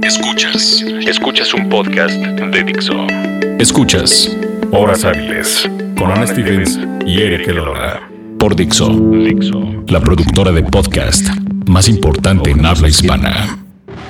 Escuchas un podcast de Dixo. Escuchas Horas Hábiles con Ana Stevens y Eric Elola por Dixo, la productora de podcast más importante en habla hispana.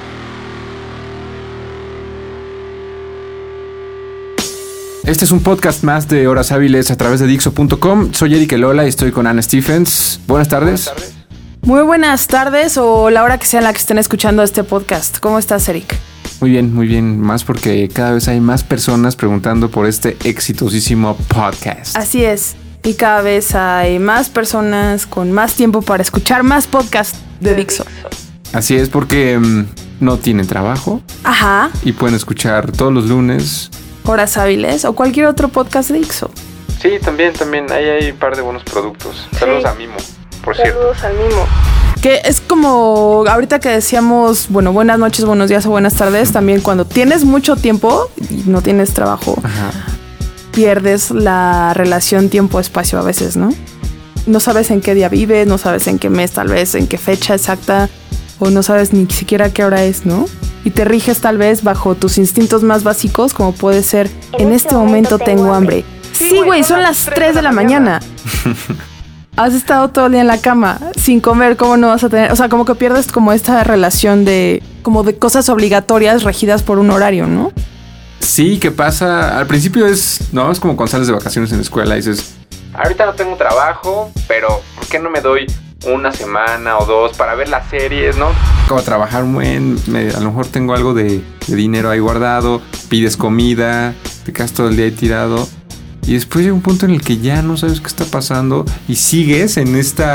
Este es un podcast más de Horas Hábiles a través de Dixo.com. Soy Eric Elola y estoy con Ana Stephens. Buenas tardes. Muy buenas tardes o la hora que sea en la que estén escuchando este podcast. ¿Cómo estás, Eric? Muy bien. Más porque cada vez hay más personas preguntando por este exitosísimo podcast. Así es. Y cada vez hay más personas con más tiempo para escuchar más podcasts de Dixo. Así es porque no tienen trabajo. Ajá. Y pueden escuchar todos los lunes Horas Hábiles o cualquier otro podcast de Dixo. Sí, también. Ahí hay un par de buenos productos. Saludos a Mimo, por cierto. Saludos al Mimo. Que es como ahorita que decíamos, bueno, buenas noches, buenos días o buenas tardes. También cuando tienes mucho tiempo y no tienes trabajo, Ajá. pierdes la relación tiempo-espacio a veces, ¿no? No sabes en qué día vives, no sabes en qué mes tal vez, en qué fecha exacta, o no sabes ni siquiera qué hora es, ¿no? Y te riges tal vez bajo tus instintos más básicos, como puede ser, en este momento tengo hambre. Sí, güey, son las 3 de la mañana. Has estado todo el día en la cama sin comer, ¿cómo no vas a tener? O sea, como que pierdes como esta relación de cosas obligatorias regidas por un horario, ¿no? Sí, ¿qué pasa? Al principio es como cuando sales de vacaciones en la escuela y dices, ahorita no tengo trabajo, pero ¿por qué no me doy una semana o dos para ver las series, no? Como trabajar a lo mejor tengo algo de dinero ahí guardado, pides comida, te quedas todo el día ahí tirado. Y después llega un punto en el que ya no sabes qué está pasando y sigues en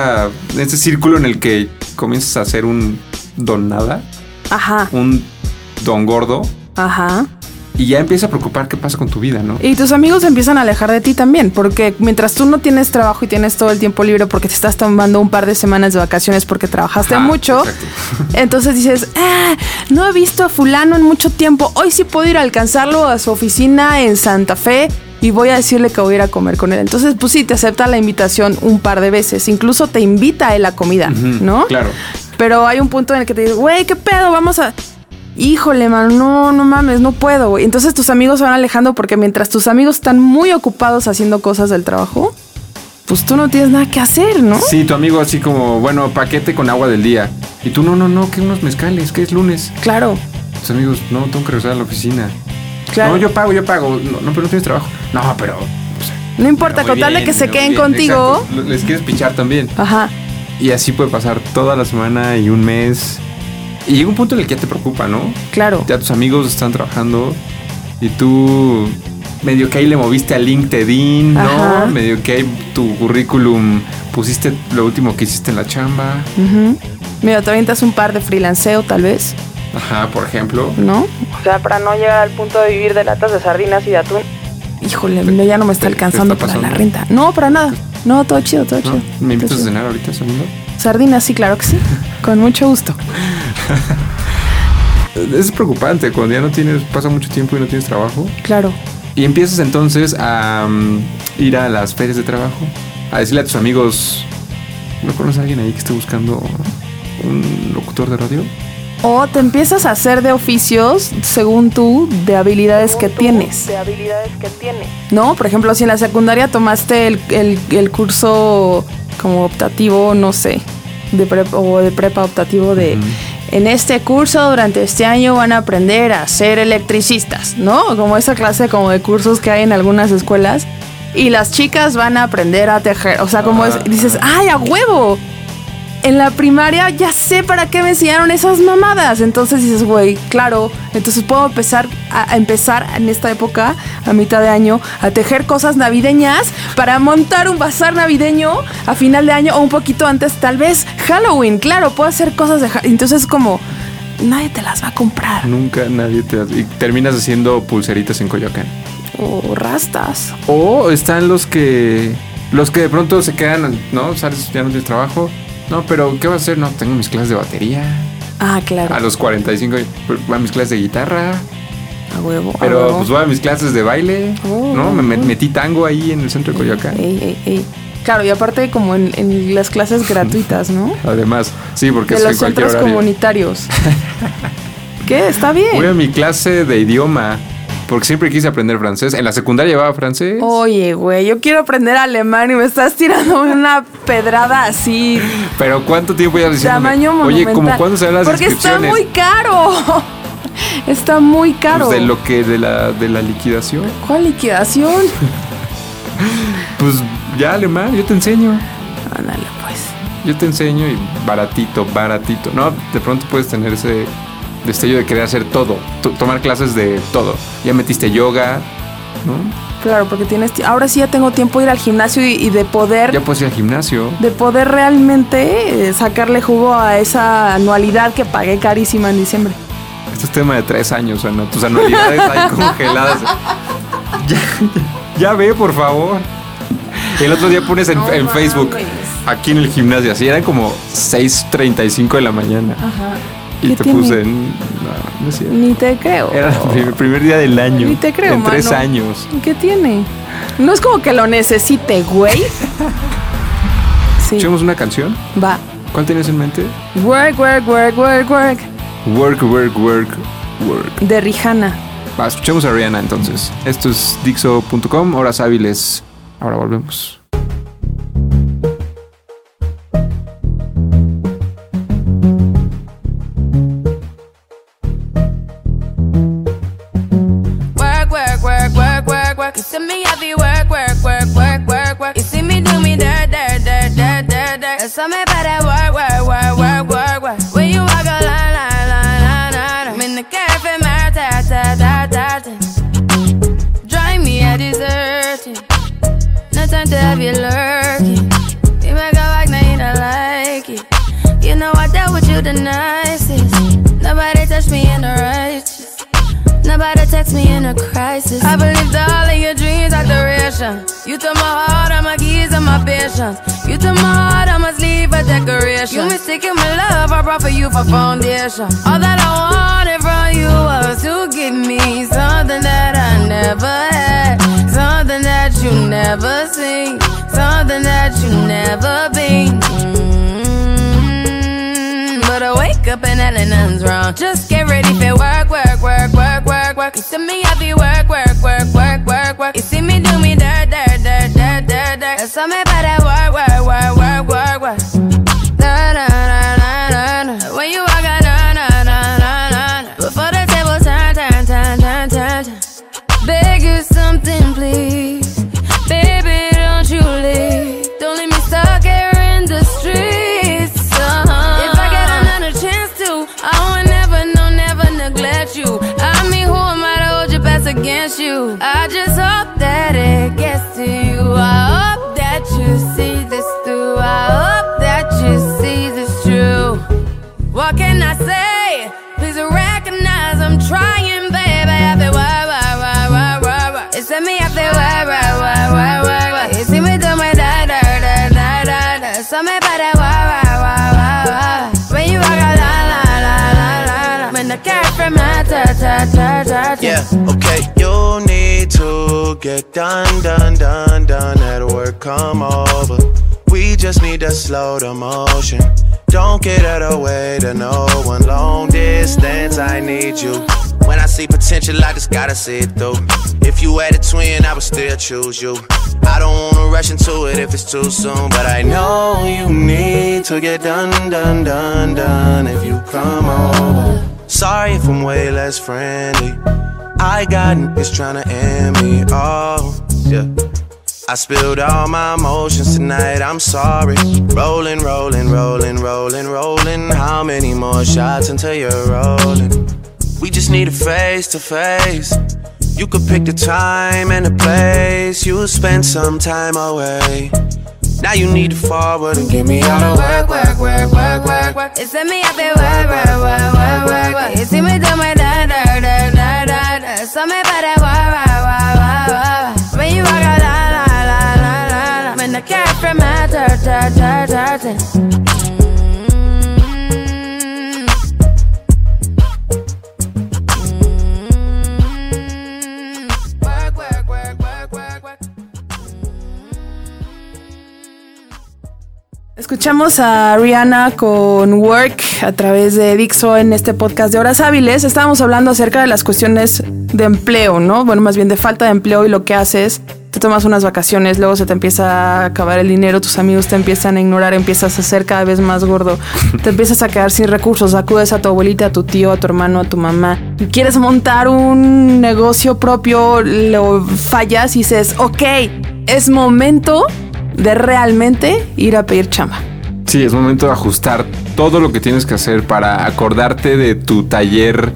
este círculo en el que comienzas a hacer un don nada. Ajá. Un don gordo. Ajá. Y ya empieza a preocupar qué pasa con tu vida, ¿no? Y tus amigos se empiezan a alejar de ti también, porque mientras tú no tienes trabajo y tienes todo el tiempo libre porque te estás tomando un par de semanas de vacaciones porque trabajaste mucho, exacto. Entonces dices, no he visto a fulano en mucho tiempo, hoy sí puedo ir a alcanzarlo a su oficina en Santa Fe y voy a decirle que voy a ir a comer con él. Entonces, pues sí, te acepta la invitación un par de veces, incluso te invita a él a comida, ¿no? Claro. Pero hay un punto en el que te dices, güey, ¿qué pedo? Vamos a... Híjole, mano, no mames, no puedo, güey. Entonces tus amigos se van alejando porque mientras tus amigos están muy ocupados haciendo cosas del trabajo, pues tú no tienes nada que hacer, ¿no? Sí, tu amigo así como, bueno, paquete con agua del día. Y tú, no, que unos mezcales, que es lunes. Claro. Tus amigos, no, tengo que regresar a la oficina. Claro. No, yo pago. No, pero no tienes trabajo. No, pero... No importa, con tal de que se queden contigo. Exacto. Les quieres pichar también. Ajá. Y así puede pasar toda la semana y un mes. Y llega un punto en el que ya te preocupa, ¿no? Claro. Ya tus amigos están trabajando y tú medio que ahí le moviste a LinkedIn, ¿no? Ajá. Medio que ahí tu currículum pusiste lo último que hiciste en la chamba. Mira, te avientas un par de freelanceo tal vez. Ajá, por ejemplo. ¿No? O sea, para no llegar al punto de vivir de latas de sardinas y de atún. Híjole, ya no me está alcanzando para la renta. No, para nada. No, todo chido. ¿No? ¿Me invitas a cenar ahorita, segundo? Sardinas, sí, claro que sí. Con mucho gusto. Es preocupante cuando ya pasa mucho tiempo y no tienes trabajo. Claro. Y empiezas entonces a ir a las ferias de trabajo, a decirle a tus amigos, ¿no conoces a alguien ahí que esté buscando un locutor de radio? O te empiezas a hacer de oficios según tú de habilidades que tienes. ¿No? Por ejemplo, si en la secundaria tomaste el curso como optativo, no sé, de prepa optativo de... En este curso, durante este año, van a aprender a ser electricistas, ¿no? Como esa clase como de cursos que hay en algunas escuelas. Y las chicas van a aprender a tejer. O sea, como dices, ¡ay, a huevo! En la primaria ya sé para qué me enseñaron esas mamadas. Entonces dices, güey, claro. Entonces puedo empezar en esta época, a mitad de año, a tejer cosas navideñas para montar un bazar navideño a final de año o un poquito antes, tal vez Halloween. Claro, puedo hacer cosas de Halloween. Entonces como, nadie te las va a comprar. Nunca nadie te las... Y terminas haciendo pulseritas en Coyoacán. O rastas. O están los que de pronto se quedan, ¿no? Sales, ya no tienes trabajo. No, pero ¿qué vas a hacer? No, tengo mis clases de batería. Ah, claro. A los 45 voy a mis clases de guitarra. A huevo. Pero pues voy a mis clases de baile. ¿No? Me metí tango ahí en el centro de Coyoacán. Claro, y aparte como en las clases gratuitas, ¿no? Además, sí, porque de es los centros horario. Comunitarios. ¿Qué? Está bien. Voy a mi clase de idioma. Porque siempre quise aprender francés. En la secundaria llevaba francés. Oye, güey, yo quiero aprender alemán y me estás tirando una pedrada así. Pero ¿cuánto tiempo ya diciendo? Tamaño Oye, monumental. ¿cómo cuándo se dan las Porque inscripciones? está muy caro. Está muy caro. Pues de la liquidación. ¿Cuál liquidación? Pues ya alemán, yo te enseño. Ándale, pues. Yo te enseño y baratito. No, de pronto puedes tener ese destello de querer hacer todo, tomar clases de todo. Ya metiste yoga, ¿no? Claro, porque ahora sí ya tengo tiempo de ir al gimnasio y de poder... Ya puedes ir al gimnasio. De poder realmente sacarle jugo a esa anualidad que pagué carísima en diciembre. Esto es tema de 3 años, Ana. Tus anualidades ahí congeladas. Ya ve, por favor. El otro día pones en Facebook, aquí en el gimnasio, así eran como 6:35 de la mañana. Ajá. Y te puse no es cierto. Ni te creo. Era el primer día del año. Ni te creo, en 3 mano. años. ¿Qué tiene? No es como que lo necesite, güey. Sí. ¿Escuchemos una canción? Va. ¿Cuál tienes en mente? Work, work, work, work, work. Work, work, work, work. De Rihanna. Va, escuchemos a Rihanna entonces. Esto es Dixo.com, horas hábiles. Ahora volvemos. You see me happy work, work, work, work, work, work. You see me do me dirt, dirt, dirt, dirt, dirt, dirt. There's something about that work, work, work, work, work, work. When you walk a line, line, line, line, line. I'm in the cafe, my ta, ta, ta, ta, ta. Drive me a deserted. No time to have you lurking. You make a like, now you don't like it. You know I dealt with you the nicest. Nobody touched me in the righteous. Nobody text me in a crisis. I believed all of your dreams are duration. You took my heart, all my keys, and my patience. You took my heart, I must leave a decoration. You mistaken my love, I brought for you for foundation. All that I wanted from you was to give me something that I never had, something that you never seen, something that you never been. But I wake up and hell nothing's wrong. Just get ready for work, work, work, work, work, work. You see me happy work, work, work, work, work, work. You see me do me dirt, dirt, dirt, dirt, dirt, dirt. There's something about that work, work, work, work, work, work. Na na na na na na. When you walk out, na na na na na. Before the table turn, turn, turn, turn, turn, turn. Beg you something, please, baby, don't you leave. Don't leave me stuck here in the streets. I would never, no, never neglect you. I mean, who am I to hold your best against you? I just hope that it gets to you. I hope that you see this through. I hope that you see this true. What can I say? Please recognize I'm trying, baby. I feel why. It's me, I feel why. You see me do my da. Something about that why. When you walk out, yeah, okay, you need to get done. At work, come over. We just need to slow the motion. Don't get out of the way to no one. Long distance, I need you. When I see potential, I just gotta see it through. If you had a twin, I would still choose you. I don't wanna rush into it if it's too soon, but I know you need to get done. If you come over. Sorry if I'm way less friendly. I got niggas tryna end me. Oh, yeah. I spilled all my emotions tonight, I'm sorry. Rolling. How many more shots until you're rolling? We just need a face to face. You could pick the time and the place. You'll spend some time away. Now you need to forward and give me all the work. It's me up there, work. You see me do my da. Something about that work. When you walk out, la. When the cat from my dirt. Escuchamos a Rihanna con Work a través de Dixo en este podcast de Horas Hábiles. Estábamos hablando acerca de las cuestiones de empleo, ¿no? Bueno, más bien de falta de empleo y lo que haces. Te tomas unas vacaciones, luego se te empieza a acabar el dinero, tus amigos te empiezan a ignorar, empiezas a ser cada vez más gordo, te empiezas a quedar sin recursos, acudes a tu abuelita, a tu tío, a tu hermano, a tu mamá. Quieres montar un negocio propio, lo fallas y dices, ok, es momento de realmente ir a pedir chamba. Sí, es momento de ajustar todo lo que tienes que hacer para acordarte de tu taller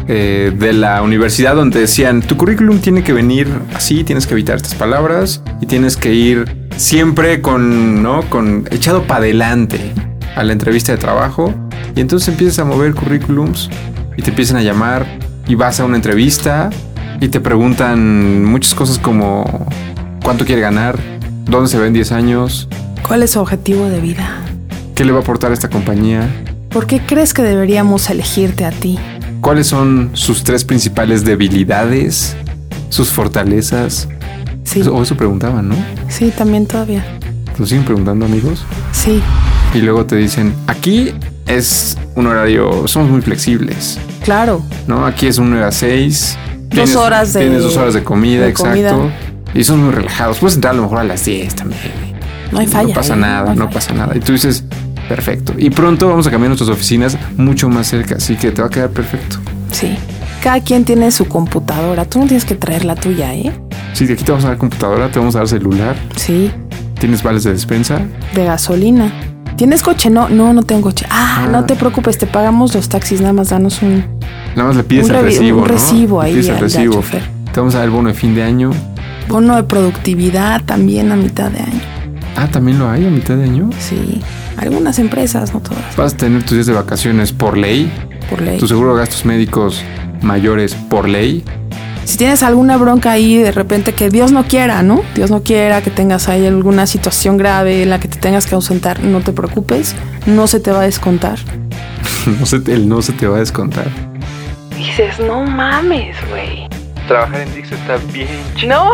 de la universidad donde decían, tu currículum tiene que venir así, tienes que evitar estas palabras y tienes que ir siempre con echado para adelante a la entrevista de trabajo. Y entonces empiezas a mover currículums y te empiezan a llamar y vas a una entrevista y te preguntan muchas cosas como ¿cuánto quiere ganar? ¿Dónde se ve en 10 años? ¿Cuál es su objetivo de vida? ¿Qué le va a aportar a esta compañía? ¿Por qué crees que deberíamos elegirte a ti? ¿Cuáles son sus 3 principales debilidades? ¿Sus fortalezas? Sí. Eso preguntaban, ¿no? Sí, también todavía. ¿Te lo siguen preguntando, amigos? Sí. Y luego te dicen, aquí es un horario, somos muy flexibles. Claro. ¿No? Aquí es 1 a 6. Tienes 2 horas de comida, exacto. Y son muy relajados. Puedes entrar a lo mejor a las 10 también. No hay falla. No pasa nada, no pasa nada. Y tú dices, perfecto. Y pronto vamos a cambiar nuestras oficinas mucho más cerca, así que te va a quedar perfecto. Sí. Cada quien tiene su computadora. Tú no tienes que traer la tuya, ¿eh? Sí, de aquí te vamos a dar computadora, te vamos a dar celular. Sí. ¿Tienes vales de despensa? De gasolina. ¿Tienes coche? No tengo coche. No te preocupes, te pagamos los taxis, nada más danos un... Nada más le pides el recibo, un recibo ahí. Pides el recibo. Chofer. Te vamos a dar el bono de fin de año. Bono de productividad también a mitad de año. ¿También lo hay a mitad de año? Sí. Algunas empresas, no todas. Vas a tener tus días de vacaciones por ley. Por ley. Tu seguro de gastos médicos mayores por ley. Si tienes alguna bronca ahí de repente que Dios no quiera, ¿no? Dios no quiera que tengas ahí alguna situación grave en la que te tengas que ausentar, no te preocupes, no se te va a descontar. no se te va a descontar. Dices, no mames, güey. Trabajar en Dixo está bien chido. No.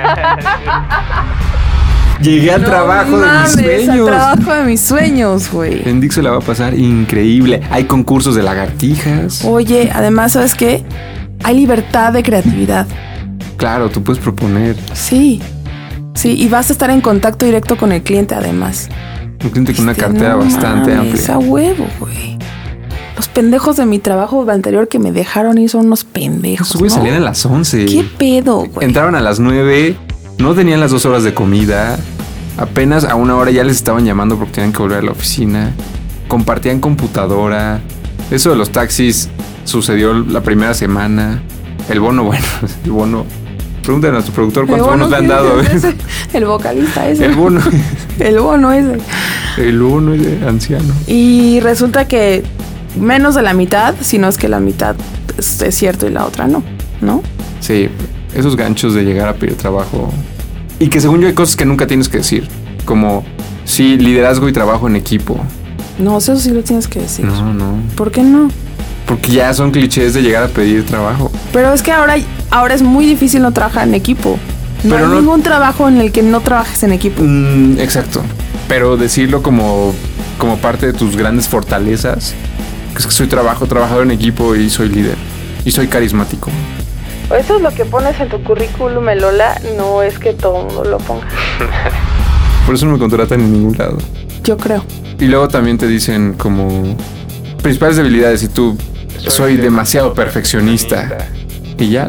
Llegué al trabajo de mis sueños. Al trabajo de mis sueños, güey. En Dixo la va a pasar increíble. Hay concursos de lagartijas. Oye, además, ¿sabes qué? Hay libertad de creatividad. Claro, tú puedes proponer. Sí, y vas a estar en contacto directo con el cliente además. Un cliente con una cartera bastante amplia. A huevo, güey. Los pendejos de mi trabajo anterior que me dejaron ir son unos pendejos. Esos güeyes salían a las 11. ¿Qué pedo, güey? Entraban a las 9, no tenían las 2 horas de comida. Apenas a 1 hora ya les estaban llamando porque tenían que volver a la oficina. Compartían computadora. Eso de los taxis sucedió la primera semana. El bono. Pregúntale a nuestro productor cuántos bonos le han dado. El vocalista ese. El bono ese. El bono ese anciano. Y resulta que menos de la mitad, si no es que la mitad es cierto y la otra no, ¿no? Sí, esos ganchos de llegar a pedir trabajo. Y que según yo hay cosas que nunca tienes que decir. Como, sí, liderazgo y trabajo en equipo. No, eso sí lo tienes que decir. No. ¿Por qué no? Porque ya son clichés de llegar a pedir trabajo. Pero es que ahora es muy difícil no trabajar en equipo. No hay ningún trabajo en el que no trabajes en equipo. Exacto. Pero decirlo como parte de tus grandes fortalezas. Es que soy trabajador en equipo y soy líder. Y soy carismático. Eso es lo que pones en tu currículum, Lola. No es que todo el mundo lo ponga. Por eso no me contratan en ningún lado. Yo creo. Y luego también te dicen como principales debilidades y tú soy demasiado perfeccionista. Y ya.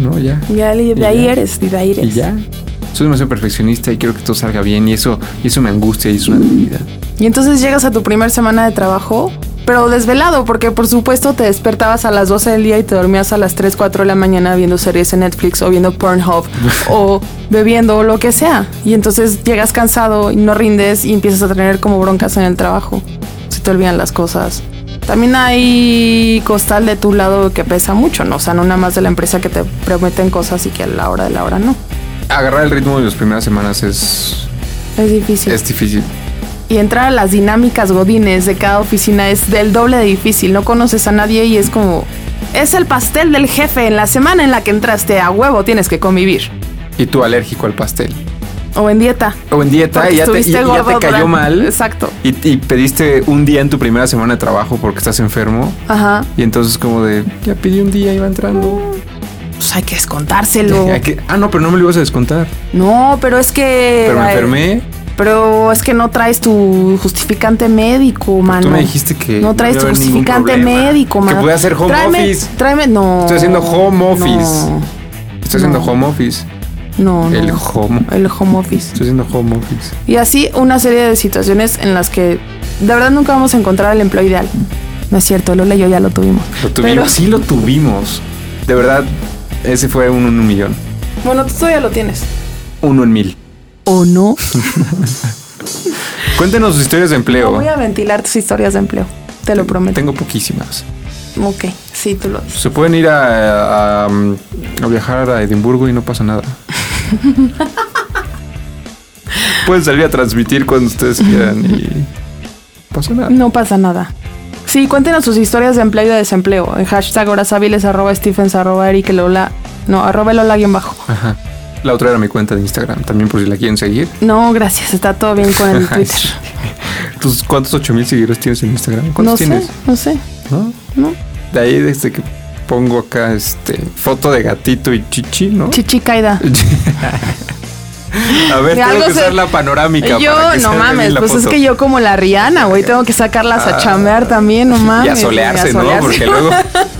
De ahí eres. Y ya. Soy demasiado perfeccionista y quiero que todo salga bien y eso me angustia y es una debilidad. Y entonces llegas a tu primera semana de trabajo, pero desvelado, porque por supuesto te despertabas a las 12 del día y te dormías a las 3, 4 de la mañana viendo series en Netflix o viendo Pornhub o bebiendo o lo que sea. Y entonces llegas cansado y no rindes y empiezas a tener como broncas en el trabajo. Se te olvidan las cosas. También hay costal de tu lado que pesa mucho, ¿no? O sea, no nada más de la empresa que te prometen cosas y que a la hora de la hora no. Agarrar el ritmo de las primeras semanas es difícil. Es difícil. Y entrar a las dinámicas godines de cada oficina es del doble de difícil. No conoces a nadie y es como... Es el pastel del jefe en la semana en la que entraste. A huevo tienes que convivir. Y tú alérgico al pastel. O en dieta. Y ya te cayó mal. Exacto. Y pediste un día en tu primera semana de trabajo porque estás enfermo. Ajá. Y entonces como de, ya pedí un día, iba entrando. Pues hay que descontárselo. No, pero no me lo ibas a descontar. No, pero es que... Pero me enfermé. Pero es que no traes tu justificante médico, mano. Tú me dijiste que no traes tu justificante médico, mano. Que puede hacer home office. No. Estoy haciendo home office. No. Estoy haciendo home office. No. El home office. Estoy haciendo home office. Y así una serie de situaciones en las que de verdad nunca vamos a encontrar el empleo ideal. No es cierto, Lola y yo ya lo tuvimos. Sí lo tuvimos. De verdad, ese fue uno en 1,000,000. Bueno, tú todavía lo tienes. 1 en 1000. ¿O no? Cuéntenos sus historias de empleo. No voy a ventilar tus historias de empleo. Te lo prometo. Tengo poquísimas. Ok, sí, tú lo dices. Se pueden ir a viajar a Edimburgo y no pasa nada. Pueden salir a transmitir cuando ustedes quieran y no pasa nada. No pasa nada. Sí, cuéntenos sus historias de empleo y de desempleo. En #horashábiles, @Stephens, @Eric Lola. No, @Lola_bajo. Ajá. La otra era mi cuenta de Instagram, también por si la quieren seguir. No, gracias, está todo bien con el Twitter. ¿Tus cuántos 8,000 seguidores tienes en Instagram? ¿Cuántos tienes? No sé. ¿No? De ahí desde que pongo acá foto de gatito y chichi, ¿no? Chichi caída. A ver, tengo que usar la panorámica. Yo, para que no mames, pues foto. Es que yo como la Rihanna, güey, tengo que sacarlas a chambear también, no mames. Y a solearse, ¿no? Porque luego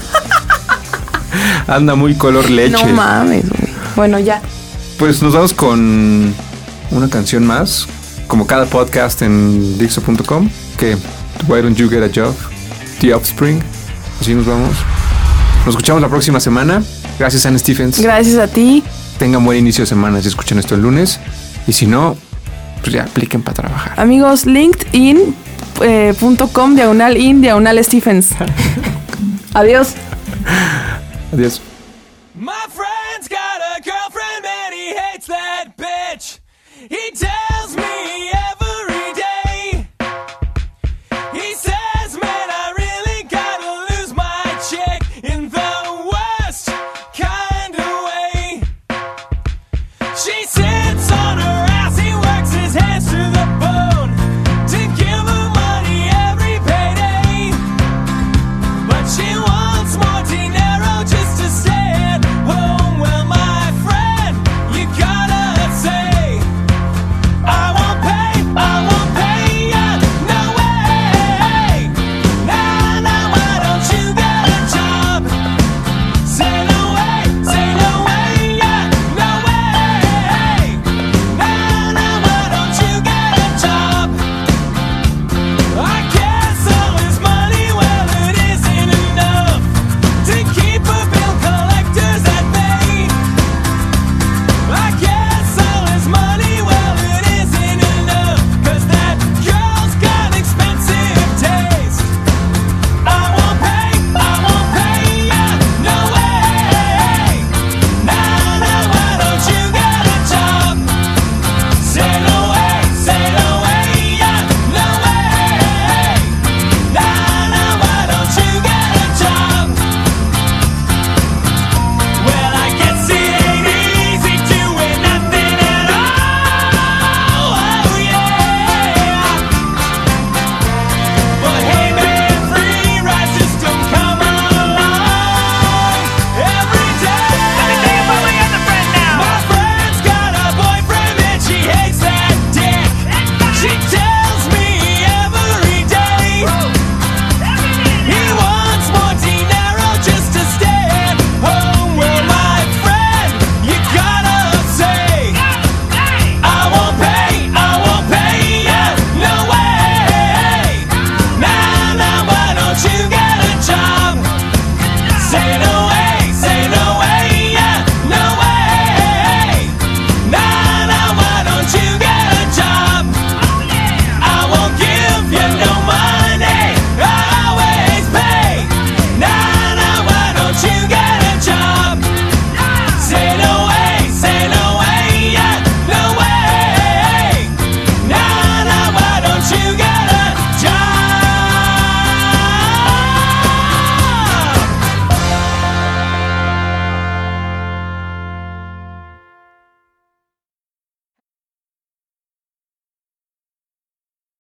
anda muy color leche. No mames, güey. Bueno, ya. Pues nos vamos con una canción más, como cada podcast en Dixo.com, que Why Don't You Get a Job, The Offspring. Así nos vamos. Nos escuchamos la próxima semana. Gracias, Anne Stephens. Gracias a ti. Tengan buen inicio de semana si escuchan esto el lunes. Y si no, pues ya apliquen para trabajar. Amigos, linkedin.com/in/Stephens. Adiós. Adiós. My friend.